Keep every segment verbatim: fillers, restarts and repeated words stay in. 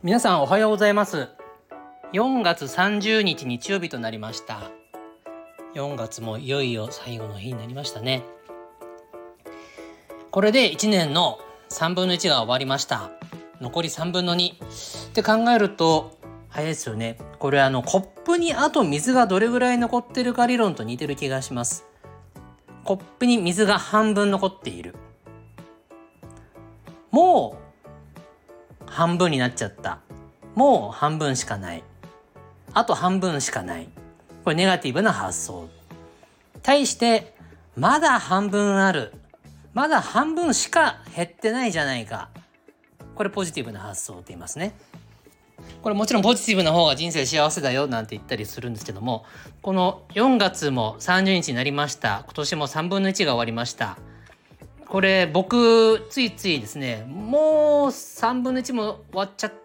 皆さんおはようございます。よんがつさんじゅうにち日曜日となりました。よんがつもいよいよ最後の日になりましたね。これでいちねんのさんぶんのいちが終わりました。残りさんぶんのにって考えると早いですよね。これあのコップにあと水がどれぐらい残ってるか理論と似てる気がします。コップに水が半分残っている。もう半分になっちゃった。もう半分しかない。あと半分しかない。これネガティブな発想。対してまだ半分ある。まだ半分しか減ってないじゃないか。これポジティブな発想って言いますね。これもちろんポジティブな方が人生幸せだよなんて言ったりするんですけども、このよんがつもさんじゅうにちになりました。今年もさんぶんのいちが終わりました。これ僕ついついですね、もうさんぶんのいちも終わっちゃった、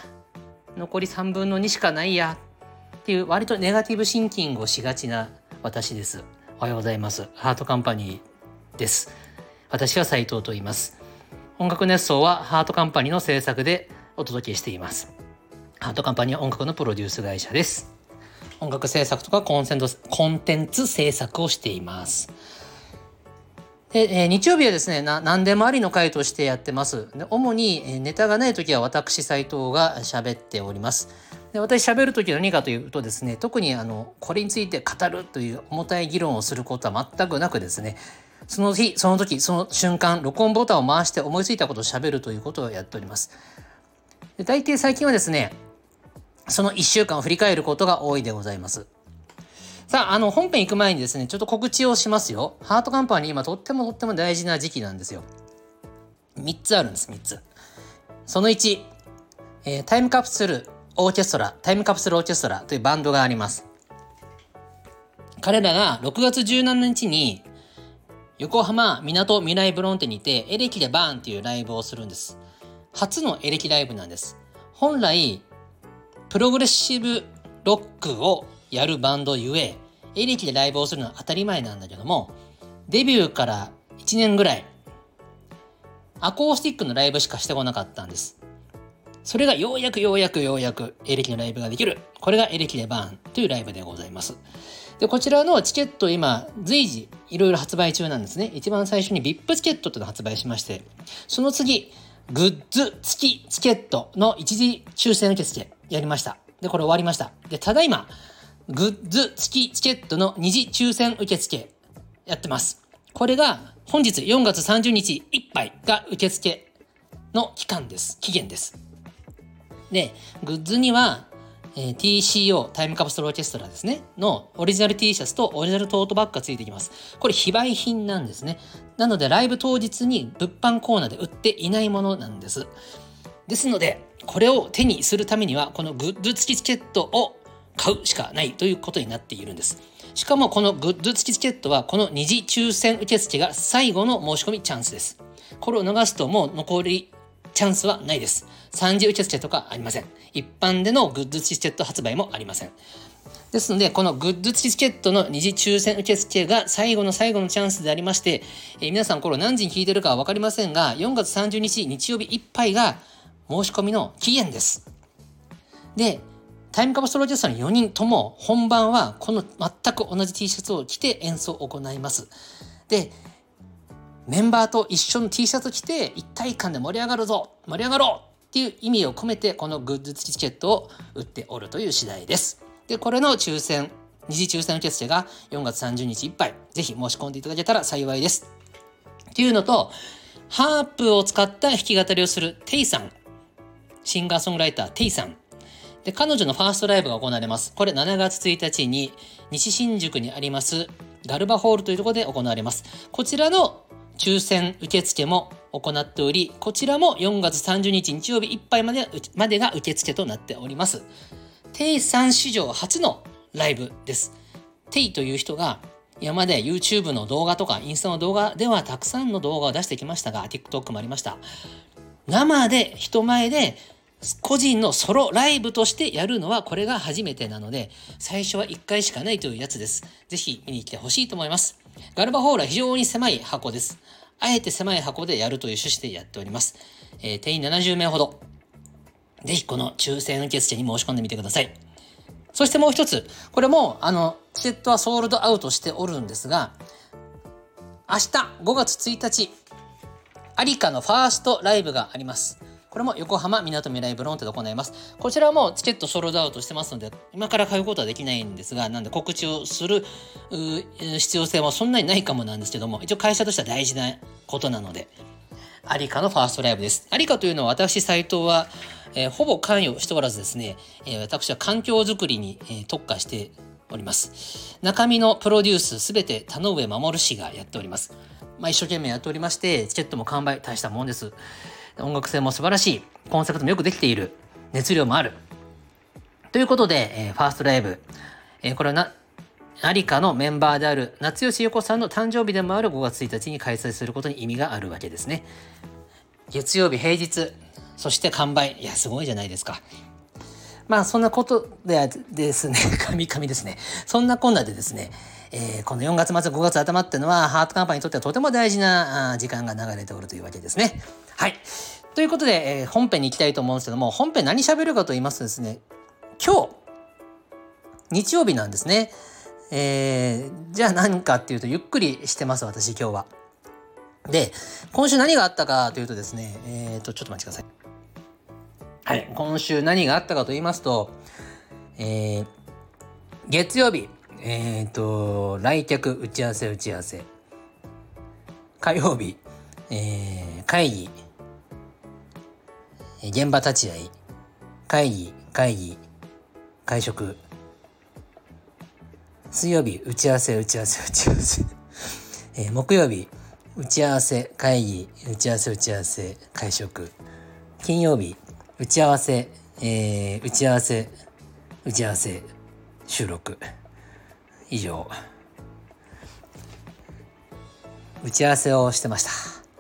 残りさんぶんのにしかないやっていう割とネガティブシンキングをしがちな私です。おはようございます。ハートカンパニーです。私は斉藤と言います。音楽熱奏はハートカンパニーの制作でお届けしています。ハートカンパニーは音楽のプロデュース会社です。音楽制作とかコンセントコンテンツ制作をしています。で、えー、日曜日はですね、な何でもありの回としてやってます。で主に、えー、ネタがないときは私斉藤が喋っております。で私喋るときは何かというとですね、特にあのこれについて語るという重たい議論をすることは全くなくですね、その日その時その瞬間録音ボタンを回して思いついたことを喋るということをやっております。で大抵最近はですね、そのいっしゅうかんを振り返ることが多いでございます。さあ、あの本編行く前にですね、ちょっと告知をしますよ。ハートカンパニー今とってもとっても大事な時期なんですよ。みっつあるんです。みっつ。そのいち、えー、タイムカプセルオーケストラタイムカプセルオーケストラというバンドがあります。彼らがろくがつじゅうしちにちに横浜みなとみらいブロンテにてエレキでバーンっていうライブをするんです。初のエレキライブなんです。本来プログレッシブロックをやるバンドゆえエレキでライブをするのは当たり前なんだけども、デビューからいちねんぐらいアコースティックのライブしかしてこなかったんです。それがようやくようやくようやくエレキのライブができる。これがエレキでバーンというライブでございます。でこちらのチケット今随時いろいろ発売中なんですね。一番最初に ブイアイピー チケットというのを発売しまして、その次グッズ付きチケットの一時抽選受付やりました。でこれ終わりました。でただいまグッズ付きチケットの二次抽選受付やってます。これが本日よんがつさんじゅうにちいっぱいが受付の期間です。期限です。でグッズには、えー、ティーシーオー タイムカプセルオーケストラですねのオリジナル T シャツとオリジナルトートバッグがついてきます。これ非売品なんですね。なのでライブ当日に物販コーナーで売っていないものなんです。ですのでこれを手にするためにはこのグッズ付きチケットを買うしかないということになっているんです。しかもこのグッズ付きチケットはこの二次抽選受付が最後の申し込みチャンスです。これを逃すともう残りチャンスはないです。三次受付とかありません。一般でのグッズ付きチケット発売もありません。ですのでこのグッズ付きチケットの二次抽選受付が最後の最後のチャンスでありまして、えー、皆さんこれ何時に聞いてるかは分かりませんがよんがつさんじゅうにち日曜日いっぱいが申し込みの期限です。でタイムカプセルオーケストラのよにんとも本番はこの全く同じ T シャツを着て演奏を行います。でメンバーと一緒の T シャツを着て一体感で盛り上がるぞ盛り上がろうっていう意味を込めてこのグッズ付きチケットを売っておるという次第です。でこれの抽選二次抽選受付がよんがつさんじゅうにちいっぱい、ぜひ申し込んでいただけたら幸いですっていうのと、ハープを使った弾き語りをするテイさん、シンガーソングライターテイさんで彼女のファーストライブが行われます。これしちがつついたちに西新宿にありますガルバホールというところで行われます。こちらの抽選受付も行っており、こちらもよんがつさんじゅうにち日曜日いっぱいまでまでが受付となっております。テイさん史上初のライブです。テイという人が今まで YouTube の動画とかインスタの動画ではたくさんの動画を出してきましたが、 TikTok もありました。生で人前で個人のソロライブとしてやるのはこれが初めてなので、最初はいっかいしかないというやつです。ぜひ見に来てほしいと思います。ガルバホールは非常に狭い箱です。あえて狭い箱でやるという趣旨でやっております。えー、定員ななじゅうめいほど。 ぜひこの抽選受付に申し込んでみてください。そしてもう一つ、これもあのチケットはソールドアウトしておるんですが、明日ごがつついたち、アリカのファーストライブがあります。これも横浜みなとみらいブロンテで行います。こちらもチケットソールドアウトしてますので、今から買うことはできないんですが、なんで告知をする必要性もそんなにないかもなんですけども、一応会社としては大事なことなので、アリカのファーストライブです。アリカというのは私斉藤は、えー、ほぼ関与しておらずですね、えー、私は環境づくりに、えー、特化しております。中身のプロデュースすべて田上守氏がやっております。まあ、一生懸命やっておりまして、チケットも完売大したもんです。音楽性も素晴らしい、コンセプトもよくできている、熱量もあるということで、えー、ファーストライブ、えー、これはなアリカのメンバーである夏吉陽子さんの誕生日でもあるごがつついたちに開催することに意味があるわけですね。月曜日平日、そして完売、いやすごいじゃないですか。まあそんなことでですね、神々ですね。そんなこんなでですね、えー、このよんがつ末ごがつ頭っていうのはハートカンパニーにとってはとても大事な時間が流れておるというわけですね。はい。ということで、えー、本編に行きたいと思うんですけども、本編何喋るかと言いますとですね、今日日曜日なんですね。えー、じゃあ何かっていうと、ゆっくりしてます私今日は。で、今週何があったかというとですね、えーとちょっと待ちください。はい、今週何があったかと言いますと、えー、月曜日、えーと来客打ち合わせ打ち合わせ、火曜日、えー、会議、現場立ち会い、会議会議会食、水曜日打ち合わせ打ち合わせ打ち合わせ、えー、木曜日打ち合わせ会議打ち合わせ打ち合わせ会食、金曜日打ち合わせ、えー、打ち合わせ打ち合わせ収録、以上打ち合わせをしてました。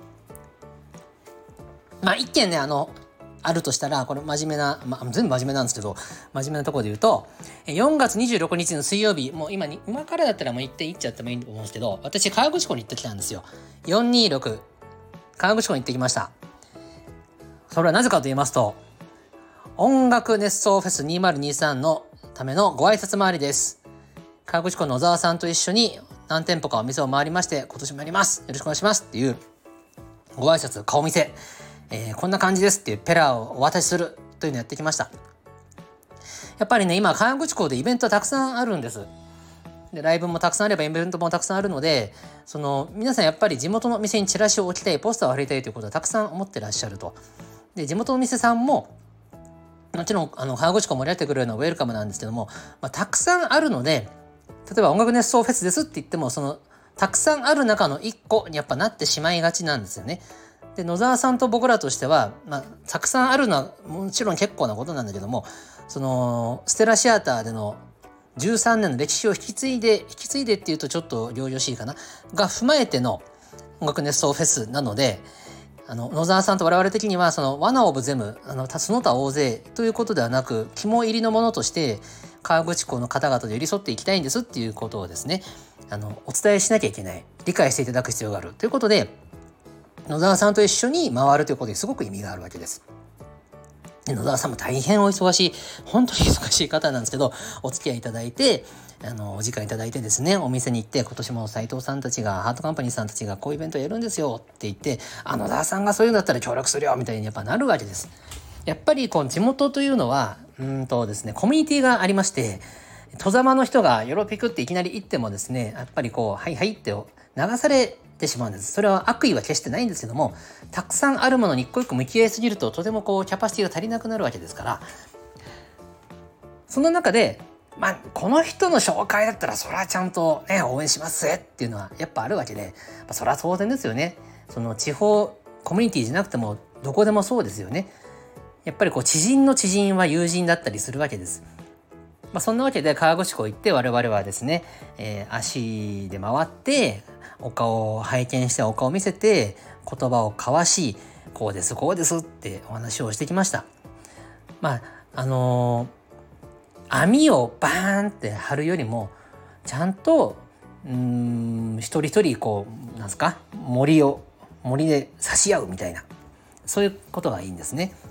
まあ一件ね、あのあるとしたら、これ真面目な、まあ、全部真面目なんですけど、真面目なところで言うと、よんがつにじゅうろくにちの水曜日、もう今に今からだったらもう行って行っちゃってもいいと思うんですけど、私河口湖に行ってきたんですよ。よんにーろく河口湖に行ってきました。それはなぜかと言いますと、音楽熱奏フェスにせんにじゅうさんのためのご挨拶回りです。河口湖の小沢さんと一緒に何店舗かお店を回りまして、今年もやります、よろしくお願いしますっていうご挨拶、顔見せ、えー、こんな感じですっていうペラをお渡しするというのをやってきました。やっぱりね、今河口湖でイベントたくさんあるんです。でライブもたくさんあればイベントもたくさんあるので、その皆さんやっぱり地元の店にチラシを置きたい、ポスターを貼りたいということはたくさん思ってらっしゃると。で地元の店さんももちろんあの河口湖盛り上げてくれるのはウェルカムなんですけども、まあ、たくさんあるので、例えば音楽熱奏フェスですって言っても、そのたくさんある中のいっこにやっぱなってしまいがちなんですよね。で野沢さんと僕らとしては、まあ、たくさんあるのはもちろん結構なことなんだけども、そのステラシアターでのじゅうさんねんの歴史を引き継いで引き継いでっていうとちょっと仰々しいかなが踏まえての音楽熱奏フェスなので、あの野沢さんと我々的にはそのワナオブゼム、あのその他大勢ということではなく、肝入りのものとして河口湖の方々と寄り添っていきたいんですっていうことをですね、あのお伝えしなきゃいけない、理解していただく必要があるということで、野沢さんと一緒に回るということにすごく意味があるわけです。で野沢さんも大変お忙しい、本当に忙しい方なんですけど、お付き合いいただいて、あのお時間いただいてですね、お店に行って、今年も斉藤さんたちがハートカンパニーさんたちがこういうイベントやるんですよって言って、あ野沢さんがそういうんだったら協力するよみたいにやっぱなるわけです。やっぱりこう地元というのはうんとですねコミュニティがありまして、戸様の人がヨロピクっていきなり行ってもですね、やっぱりこうはいはいって流されてしまうんです。それは悪意は決してないんですけども、たくさんあるものに一個一個向き合いすぎるととてもこうキャパシティが足りなくなるわけですから、その中でまあこの人の紹介だったらそれはちゃんとね応援しますぜっていうのはやっぱあるわけで、それは当然ですよね。その地方コミュニティじゃなくてもどこでもそうですよね。やっぱりこう知人の知人は友人だったりするわけです。まあ、そんなわけで河口湖行って我々はですね、えー、足で回ってお顔を拝見して、お顔を見せて言葉を交わし、こうですこうですってお話をしてきました。まああのー、網をバーンって張るよりもちゃんとうーん一人一人こうなんですか森を森で差し合うみたいな、そういうことがいいんですね。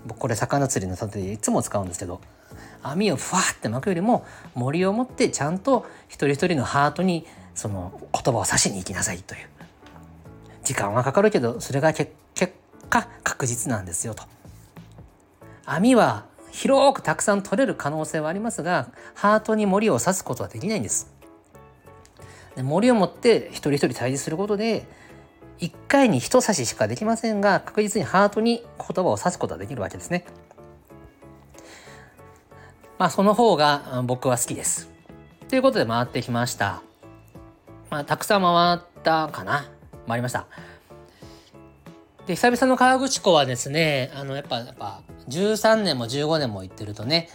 僕これ魚釣りの例えでいつも使うんですけど、網をふわって巻くよりも森を持ってちゃんと一人一人のハートにその言葉を刺しに行きなさいという。時間はかかるけどそれが結果確実なんですよと。網は広くたくさん取れる可能性はありますが、ハートに森を刺すことはできないんです。で森を持って一人一人対峙することでいっかいに一刺ししかできませんが、確実にハートに言葉を刺すことができるわけですね。まあその方が僕は好きです。ということで回ってきました。まあたくさん回ったかな。回りました。で久々の河口湖はですね、あのやっぱやっぱじゅうさんねんもじゅうごねんも行ってるとね、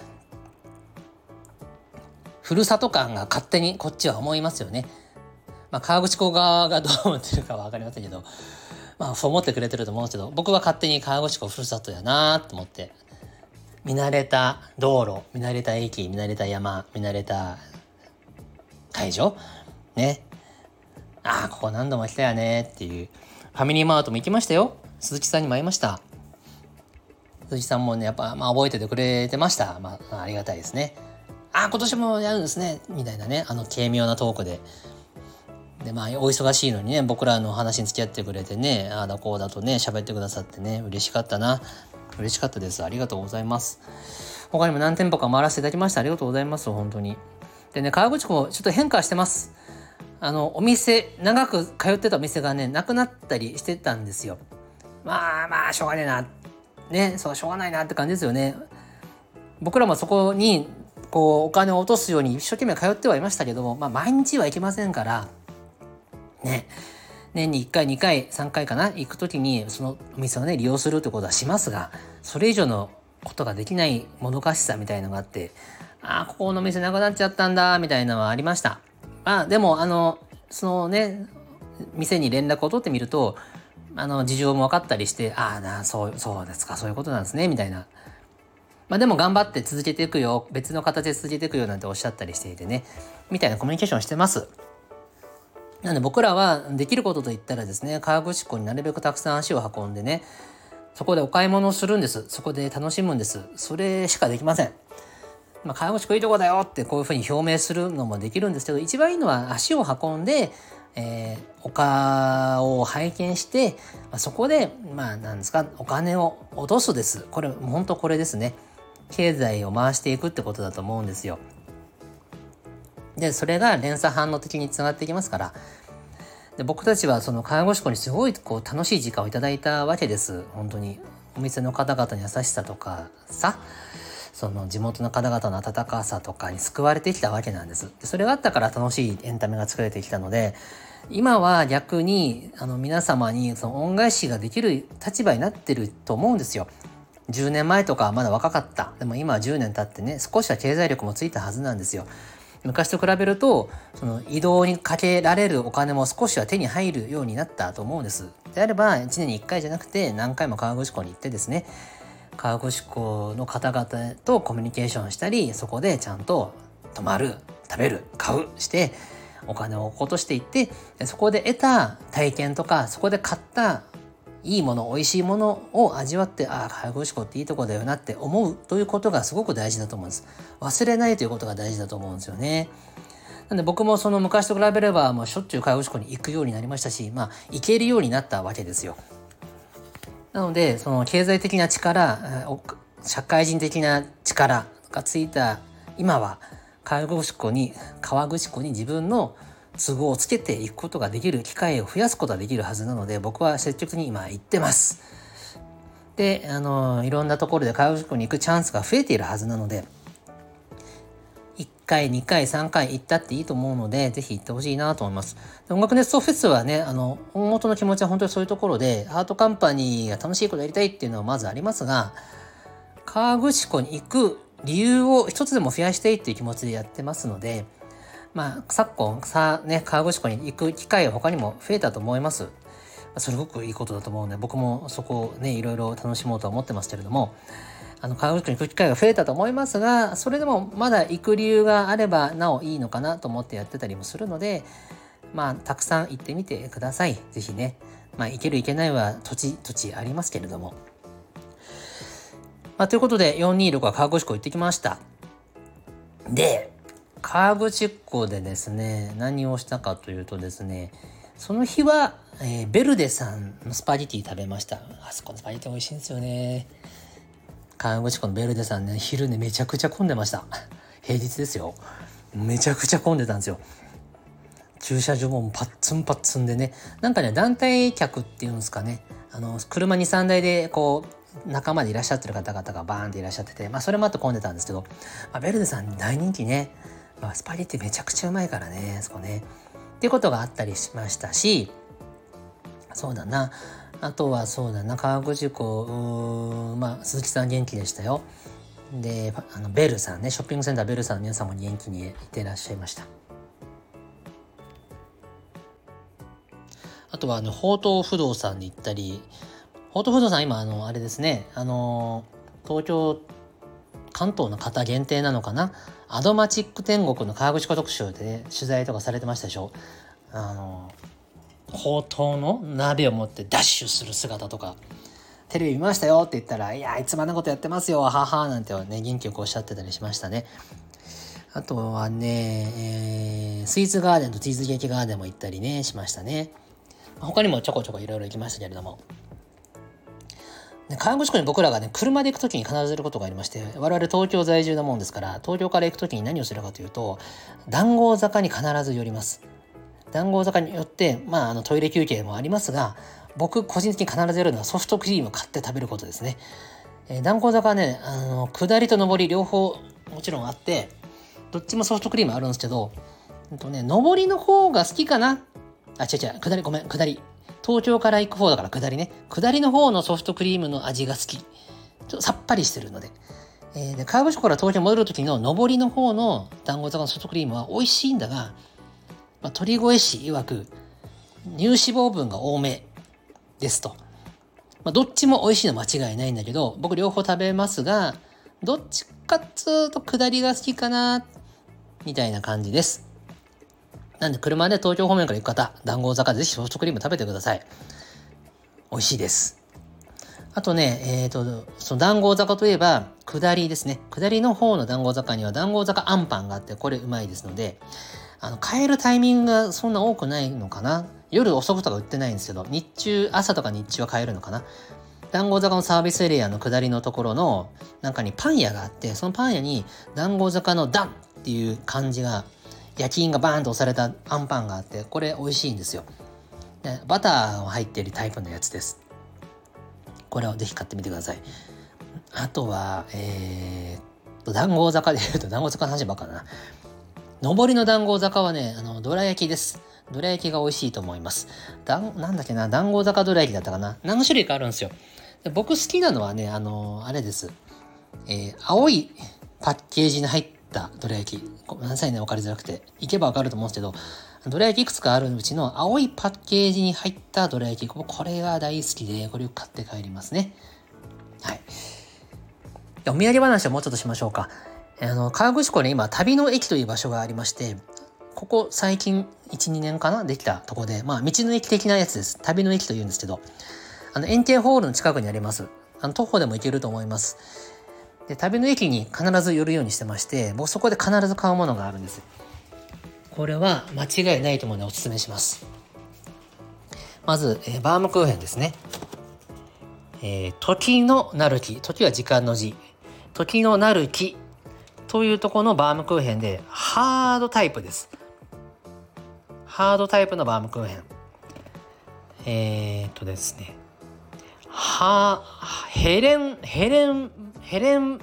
ふるさと感が勝手にこっちは思いますよね。まあ河口湖側がどう思ってるかは分かりませんけど、まあそう思ってくれてると思うんですけど、僕は勝手に河口湖ふるさとやなと思って、見慣れた道路、見慣れた駅、見慣れた山、見慣れた会場ね、ああここ何度も来たよねっていう。ファミリーマートも行きましたよ。鈴木さんにも会いました。鈴木さんもねやっぱ、まあ、覚えててくれてました。まあ、ありがたいですね。ああ今年もやるんですねみたいなね、あの軽妙なトークで。でまあお忙しいのにね、僕らの話に付き合ってくれてね、ああだこうだとね喋ってくださってね、嬉しかったな。嬉しかったです。ありがとうございます。他にも何店舗か回らせていただきました。ありがとうございます。本当に。でね、河口湖ちょっと変化してます。あのお店長く通ってたお店がねなくなったりしてたんですよ。まあまあしょうがねえなね、そうしょうがないなって感じですよね。僕らもそこにこうお金を落とすように一生懸命通ってはいましたけども、まあ毎日は行けませんからね、年にいっかいにかいさんかいかな行くときにそのお店をね利用するってことはしますが、それ以上のことができないもどかしさみたいのがあって、ああここのお店なくなっちゃったんだみたいなのはありました。まあでもあのそのね店に連絡を取ってみると、あの事情も分かったりして、ああなそうそうですか、そういうことなんですねみたいな。まあでも頑張って続けていくよ、別の形で続けていくよなんておっしゃったりしていてね、みたいなコミュニケーションしてます。なので僕らはできることといったらですね、河口湖になるべくたくさん足を運んでね、そこでお買い物をするんです。そこで楽しむんです。それしかできません。まあ、河口湖いいとこだよってこういうふうに表明するのもできるんですけど、一番いいのは足を運んで、えー、丘を拝見して、まあ、そこでまあなんですか、お金を落とすです。これ本当これですね。経済を回していくってことだと思うんですよ。でそれが連鎖反応的につながっていきますから。で僕たちはその河口湖にすごいこう楽しい時間をいただいたわけです。本当にお店の方々の優しさとかさ、その地元の方々の温かさとかに救われてきたわけなんです。でそれがあったから楽しいエンタメが作れてきたので、今は逆にあの皆様にその恩返しができる立場になってると思うんですよ。じゅうねんまえとかはまだ若かった。でも今はじゅうねん経ってね、少しは経済力もついたはずなんですよ。昔と比べるとその移動にかけられるお金も少しは手に入るようになったと思うんです。であればいちねんにいっかいじゃなくて何回も河口湖に行ってですね、河口湖の方々とコミュニケーションしたり、そこでちゃんと泊まる、食べる、買うしてお金を落としていって、そこで得た体験とかそこで買ったいいもの、美味しいものを味わって、ああ河口湖っていいとこだよなって思うということがすごく大事だと思うんです。忘れないということが大事だと思うんですよね。なんで僕もその昔と比べればもうしょっちゅう河口湖に行くようになりましたし、まあ行けるようになったわけですよ。なのでその経済的な力、社会人的な力がついた今は河口湖に河口湖に自分の都合をつけていくことができる機会を増やすことができるはずなので、僕は積極的に今行ってます。で、あのいろんなところで河口湖に行くチャンスが増えているはずなので、いっかいにかいさんかい行ったっていいと思うので、ぜひ行ってほしいなと思います。音楽ネストフェスはね、あの大元の気持ちは本当にそういうところで、アートカンパニーが楽しいことやりたいっていうのはまずありますが、河口湖に行く理由を一つでも増やしたいっていう気持ちでやってますので、まあ昨今さね、河口湖に行く機会は他にも増えたと思います。すごくいいことだと思うので、僕もそこをねいろいろ楽しもうとは思ってますけれども、あの河口湖に行く機会が増えたと思いますが、それでもまだ行く理由があればなおいいのかなと思ってやってたりもするので、まあたくさん行ってみてください。ぜひね、まあ行ける行けないは土地土地ありますけれども、 まあ、ということでよんにーろくは河口湖行ってきました。で河口湖でですね、何をしたかというとですね、その日は、えー、ベルデさんのスパゲティ食べました。あそこのスパゲティ美味しいんですよね。河口湖のベルデさんね、昼ねめちゃくちゃ混んでました。平日ですよ。めちゃくちゃ混んでたんですよ。駐車場もパッツンパッツンでね、なんかね団体客っていうんですかね、あの車 にさんだいでこう仲間でいらっしゃってる方々がバーンっていらっしゃってて、まあそれもあって混んでたんですけど、まあ、ベルデさん大人気ね、まあ、スパゲッティめちゃくちゃうまいからね、そこねっていうことがあったりしましたし、そうだな、あとはそうだな、河口湖、まあ鈴木さん元気でしたよ。であのベルさんね、ショッピングセンターベルさんの皆さんも元気にいてらっしゃいました。あとはあの宝東不動産に行ったり、宝東不動産今あのあれですね、あの東京関東の方限定なのかな、アドマチック天国の河口湖特集で、ね、取材とかされてましたでしょ。あの宝東の鍋を持ってダッシュする姿とか、テレビ見ましたよって言ったら、いやいつまんなことやってますよははなんてね元気よくおっしゃってたりしましたね。あとはね、えー、スイーツガーデンとチーズケーキガーデンも行ったりねしましたね。他にもちょこちょこいろいろ行きましたけれども、河口湖に僕らがね車で行くときに必ずすることがありまして、我々東京在住なもんですから、東京から行くときに何をするかというと、談合坂に必ず寄ります。談合坂によって、まあ、あのトイレ休憩もありますが、僕個人的に必ずやるのはソフトクリームを買って食べることですね。えー、談合坂はね、あの下りと上り両方もちろんあって、どっちもソフトクリームあるんですけど、えっとね、上りの方が好きかな。あ、違う違う、下り、ごめん、下り。東京から行く方だから下りね。下りの方のソフトクリームの味が好き。ちょっとさっぱりしてるので。えー、で河口湖から東京に戻る時の上りの方の談合坂のソフトクリームは美味しいんだが、まあ、鳥越氏曰く乳脂肪分が多めですと。まあ、どっちも美味しいのは間違いないんだけど、僕両方食べますが、どっちかっつうと下りが好きかなみたいな感じです。なんで車で東京方面から行く方、談合坂でぜひソフトクリーム食べてください。美味しいです。あとね、えっと、その談合坂といえば、下りですね。下りの方の談合坂には談合坂あんパンがあって、これうまいですので、あの、買えるタイミングがそんな多くないのかな。夜遅くとか売ってないんですけど、日中、朝とか日中は買えるのかな。談合坂のサービスエリアの下りのところの中にパン屋があって、そのパン屋に談合坂のダンっていう漢字が、焼き印がバーンと押されたあんパンがあって、これ美味しいんですよ。でバターが入っているタイプのやつです。これをぜひ買ってみてください。あとはえー、っと談合坂でいうと談合坂の話ばっかだな。上りの談合坂はね、あのどら焼きです。どら焼きが美味しいと思います。だんなんだっけな、談合坂どら焼きだったかな。何種類かあるんですよ。で僕好きなのはね、あのあれです。えー、青いパッケージに入ってどら焼き、ごめんなさいね、分かりづらくて、行けば分かると思うんですけど、どら焼きいくつかあるうちの青いパッケージに入ったどら焼き、これが大好きで、これを買って帰りますね。はい。お土産話はもうちょっとしましょうか。あの河口湖に今旅の駅という場所がありまして、ここ最近いち、にねんかなできたとこで、まあ道の駅的なやつです。旅の駅というんですけど、あの円形ホールの近くにあります。あの徒歩でも行けると思います。で旅の駅に必ず寄るようにしてまして、僕そこで必ず買うものがあるんです。これは間違いないと思うのでお勧めします。まず、えー、バームクーヘンですね。えー、時のなる木、時は時間の字、時のなる木というところのバームクーヘンで、ハードタイプです。ハードタイプのバームクーヘン。えー、っとですねはヘレンヘレンヘレン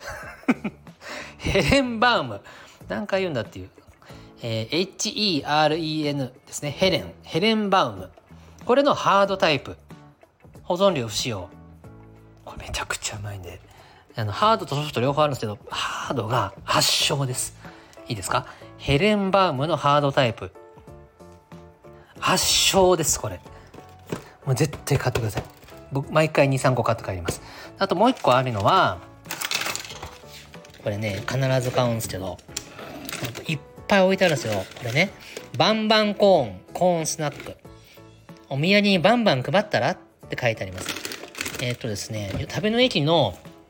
ヘレンバウム、何回言うんだっていう、えー、エイチイーアールイーエヌ ですね。ヘレンヘレンバウム、これのハードタイプ、保存料不使用。これめちゃくちゃうまいんで、あのハードとソフト両方あるんですけど、ハードが圧勝です。いいですか。ヘレンバウムのハードタイプ圧勝です。これもう絶対買ってください。僕毎回 にさんこ買って帰ります。あともう一個あるのは、これね必ず買うんですけど、いっぱい置いてあるんですよ。これね、バンバンコーンコーンスナック、お土産にバンバン配ったらって書いてあります。えー、っとですね旅の駅の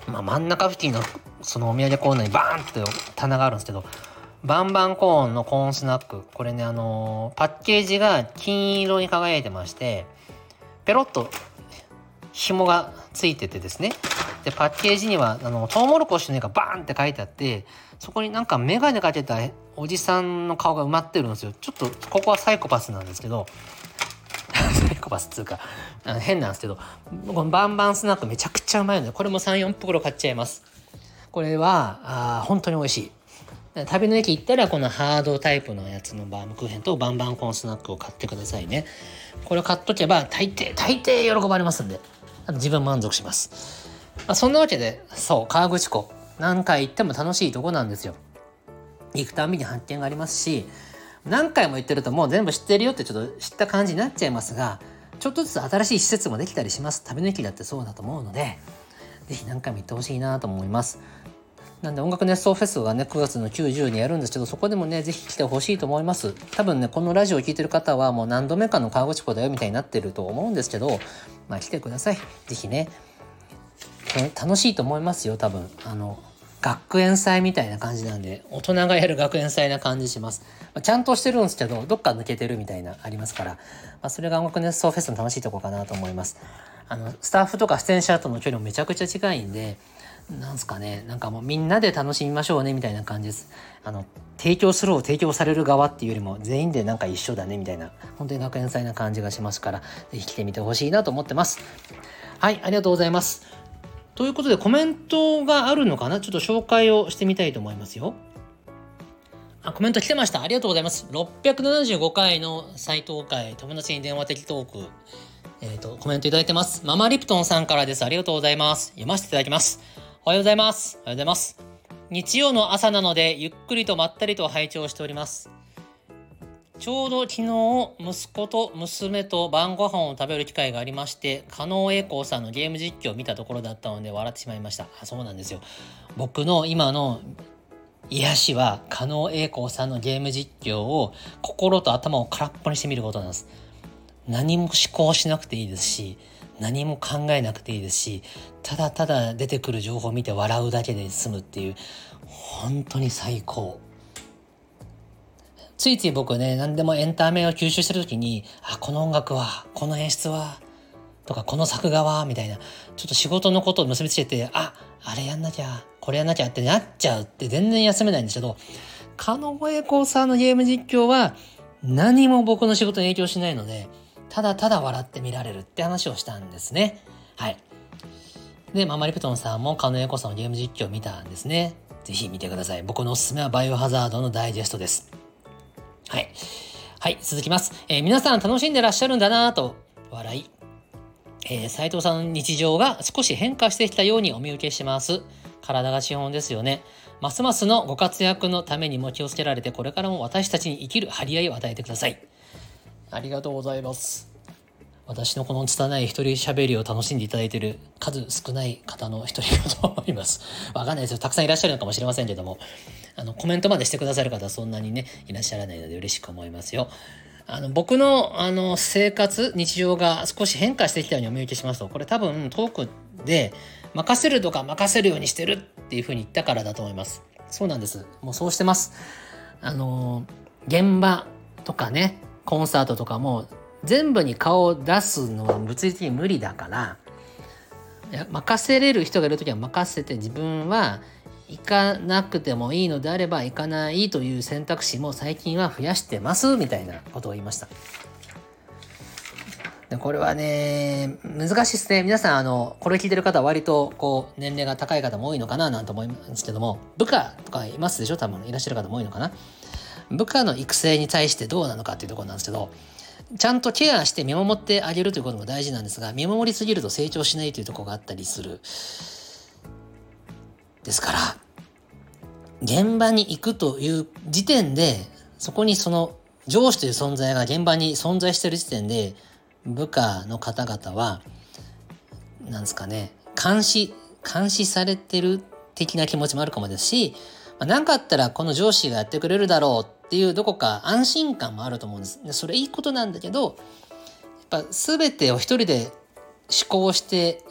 まあ、真ん中付近のそのお土産コーナーにバーンって棚があるんですけど、バンバンコーンのコーンスナック、これね、あのー、パッケージが金色に輝いてまして、ペロッと紐がついててですね、でパッケージにはあのトウモロコシの絵がバーンって書いてあって、そこになんか眼鏡かけたおじさんの顔が埋まってるんですよ。ちょっとここはサイコパスなんですけどサイコパスっていうかあの変なんですけど、このバンバンスナックめちゃくちゃうまいので、これも さん,よん 袋買っちゃいます。これはあ本当に美味しい。旅の駅行ったらこのハードタイプのやつのバームクーヘンとバンバンコーンスナックを買ってくださいね。これを買っとけば大抵大抵喜ばれますんで、あと自分満足します。まあ、そんなわけで、そう河口湖何回行っても楽しいとこなんですよ。行くたびに発見がありますし、何回も行ってるともう全部知ってるよってちょっと知った感じになっちゃいますが、ちょっとずつ新しい施設もできたりします。旅の駅だってそうだと思うので、ぜひ何回も行ってほしいなと思います。なんで音楽熱奏フェスがねくがつのきゅう、じゅうにやるんですけど、そこでもねぜひ来てほしいと思います。多分ねこのラジオを聞いてる方はもう何度目かの河口湖だよみたいになってると思うんですけど、まあ来てください。ぜひね、楽しいと思いますよ。多分あの学園祭みたいな感じなんで、大人がやる学園祭な感じします。まあ、ちゃんとしてるんですけどどっか抜けてるみたいなありますから、まあ、それが音楽熱奏フェスの楽しいとこかなと思います。あのスタッフとか出演者との距離もめちゃくちゃ近いんで、なんすかね、なんかもうみんなで楽しみましょうねみたいな感じです。あの提供するを提供される側っていうよりも全員でなんか一緒だねみたいな、本当に学園祭な感じがしますから、ぜひ来てみてほしいなと思ってます。はい、ありがとうございます。ということでコメントがあるのかな、ちょっと紹介をしてみたいと思いますよ。あ、コメント来てました。ありがとうございます。ろっぴゃくななじゅうごかいの斉藤会友達に電話的トーク、えーと、コメントいただいてます。ママリプトンさんからです。ありがとうございます。読ませていただきます。おはようございます。おはようございます。日曜の朝なのでゆっくりとまったりと拝聴しております。ちょうど昨日息子と娘と晩ご飯を食べる機会がありまして、加納栄光さんのゲーム実況を見たところだったので笑ってしまいました。あ、そうなんですよ。僕の今の癒しは加納栄光さんのゲーム実況を心と頭を空っぽにしてみることなんです。何も思考しなくていいですし、何も考えなくていいですし、ただただ出てくる情報を見て笑うだけで済むっていう、本当に最高。ついつい僕ね、何でもエンタメを吸収してる時に、あ、この音楽は、この演出はとか、この作画はみたいな、ちょっと仕事のことを結びつけて、あ、あれやんなきゃ、これやんなきゃってなっちゃうって全然休めないんですけど、加納栄光さんのゲーム実況は何も僕の仕事に影響しないので、ただただ笑って見られるって話をしたんですね。はい。で、ママリプトンさんも加納栄光さんのゲーム実況を見たんですね。ぜひ見てください。僕のおすすめはバイオハザードのダイジェストです。はい。はい、続きます。えー、皆さん楽しんでらっしゃるんだなぁと笑い。えー、斉藤さんの日常が少し変化してきたようにお見受けします。体が資本ですよね。ますますのご活躍のためにも気をつけられて、これからも私たちに生きる張り合いを与えてください。ありがとうございます。私のこの拙い一人喋りを楽しんでいただいている数少ない方の一人だと思います。わかんないですよ。たくさんいらっしゃるのかもしれませんけども、あのコメントまでしてくださる方はそんなにねいらっしゃらないので嬉しく思いますよ。あの僕のあの生活日常が少し変化してきたようにお見受けしますと、これ多分トークで任せるとか任せるようにしてるっていう風に言ったからだと思います。そうなんです。もうそうしてます。あの現場とかね、コンサートとかも全部に顔を出すのは物理的に無理だから、いや任せれる人がいるときは任せて、自分は行かなくてもいいのであれば行かないという選択肢も最近は増やしてますみたいなことを言いました。でこれはね難しいですね。皆さんあのこれ聞いてる方は割とこう年齢が高い方も多いのかななんて思いますけども、部下とかいますでしょ。多分いらっしゃる方も多いのかな。部下の育成に対してどうなのかっていうところなんですけど、ちゃんとケアして見守ってあげるということも大事なんですが、見守りすぎると成長しないというところがあったりする。ですから現場に行くという時点で、そこにその上司という存在が現場に存在している時点で、部下の方々はなんですかね、監視監視されてる的な気持ちもあるかもですし、何かあったらこの上司がやってくれるだろうっていうどこか安心感もあると思うんです。でそれいいことなんだけど、やっぱ全てを一人で思考して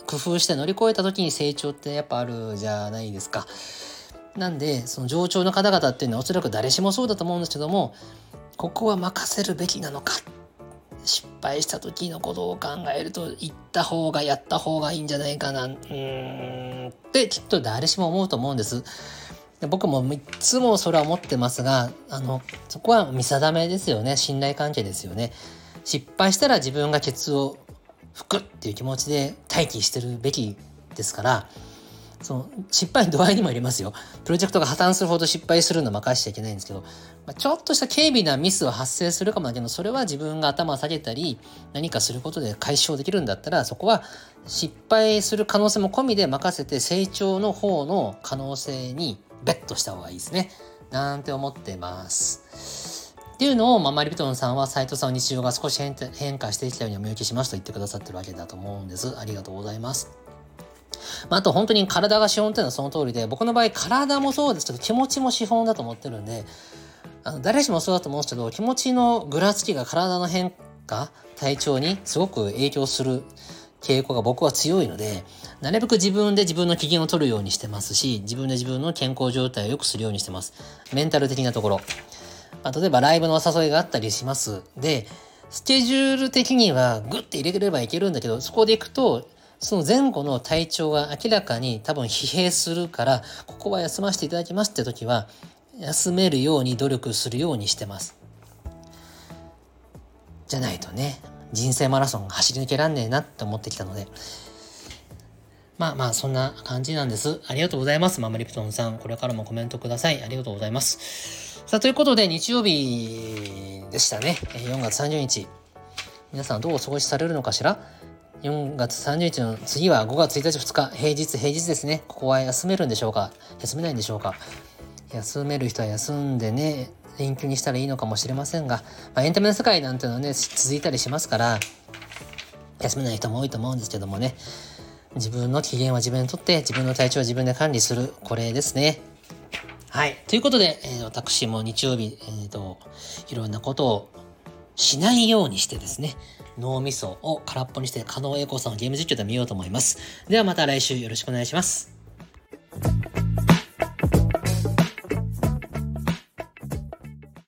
工夫して乗り越えた時に成長ってやっぱあるじゃないですか。なんでその上長の方々っていうのはおそらく誰しもそうだと思うんですけども、ここは任せるべきなのか、失敗した時のことを考えると言った方がやった方がいいんじゃないかな、うーんってきっと誰しも思うと思うんです。で僕もいつもそれは思ってますが、あのそこは見定めですよね。信頼関係ですよね。失敗したら自分がケツを拭くっていう気持ちで待機してるべきですから、その失敗の度合いにもよりますよ。プロジェクトが破綻するほど失敗するのは任しちゃいけないんですけど、まあ、ちょっとした軽微なミスは発生するかもだけど、それは自分が頭を下げたり何かすることで解消できるんだったら、そこは失敗する可能性も込みで任せて成長の方の可能性にベットした方がいいですねなんて思ってます。っていうのをママリピトンさんは斉藤さんの日常が少し変化してきたようにお見受けしますと言ってくださってるわけだと思うんです。ありがとうございます。まあ、あと本当に体が資本っていうのはその通りで、僕の場合体もそうですけど気持ちも資本だと思ってるんで、あの誰しもそうだと思うんですけど、気持ちのぐらつきが体の変化、体調にすごく影響する傾向が僕は強いので、なるべく自分で自分の機嫌を取るようにしてますし、自分で自分の健康状態を良くするようにしてます。メンタル的なところ、まあ、例えばライブのお誘いがあったりしますで、スケジュール的にはグッて入れればいけるんだけど、そこで行くとその前後の体調が明らかに多分疲弊するから、ここは休ませていただきますって時は休めるように努力するようにしてます。じゃないとね、人生マラソン走り抜けらんねえなって思ってきたので、まあまあそんな感じなんです。ありがとうございます。ママリプトンさん、これからもコメントください。ありがとうございます。さあ、ということで日曜日でしたね。よんがつさんじゅうにち、皆さんどうお過ごしされるのかしら。よんがつさんじゅうにちの次はごがつついたちふつか、平日平日ですね。ここは休めるんでしょうか、休めないんでしょうか。休める人は休んでね、連休にしたらいいのかもしれませんが、まあ、エンタメの世界なんていうのはね続いたりしますから、休めない人も多いと思うんですけどもね、自分の機嫌は自分にとって、自分の体調は自分で管理する、これですね。はい、ということで、えー、私も日曜日、えーと、いろんなことをしないようにしてですね、脳みそを空っぽにして、加納栄子さんのゲーム実況で見ようと思います。ではまた来週よろしくお願いします。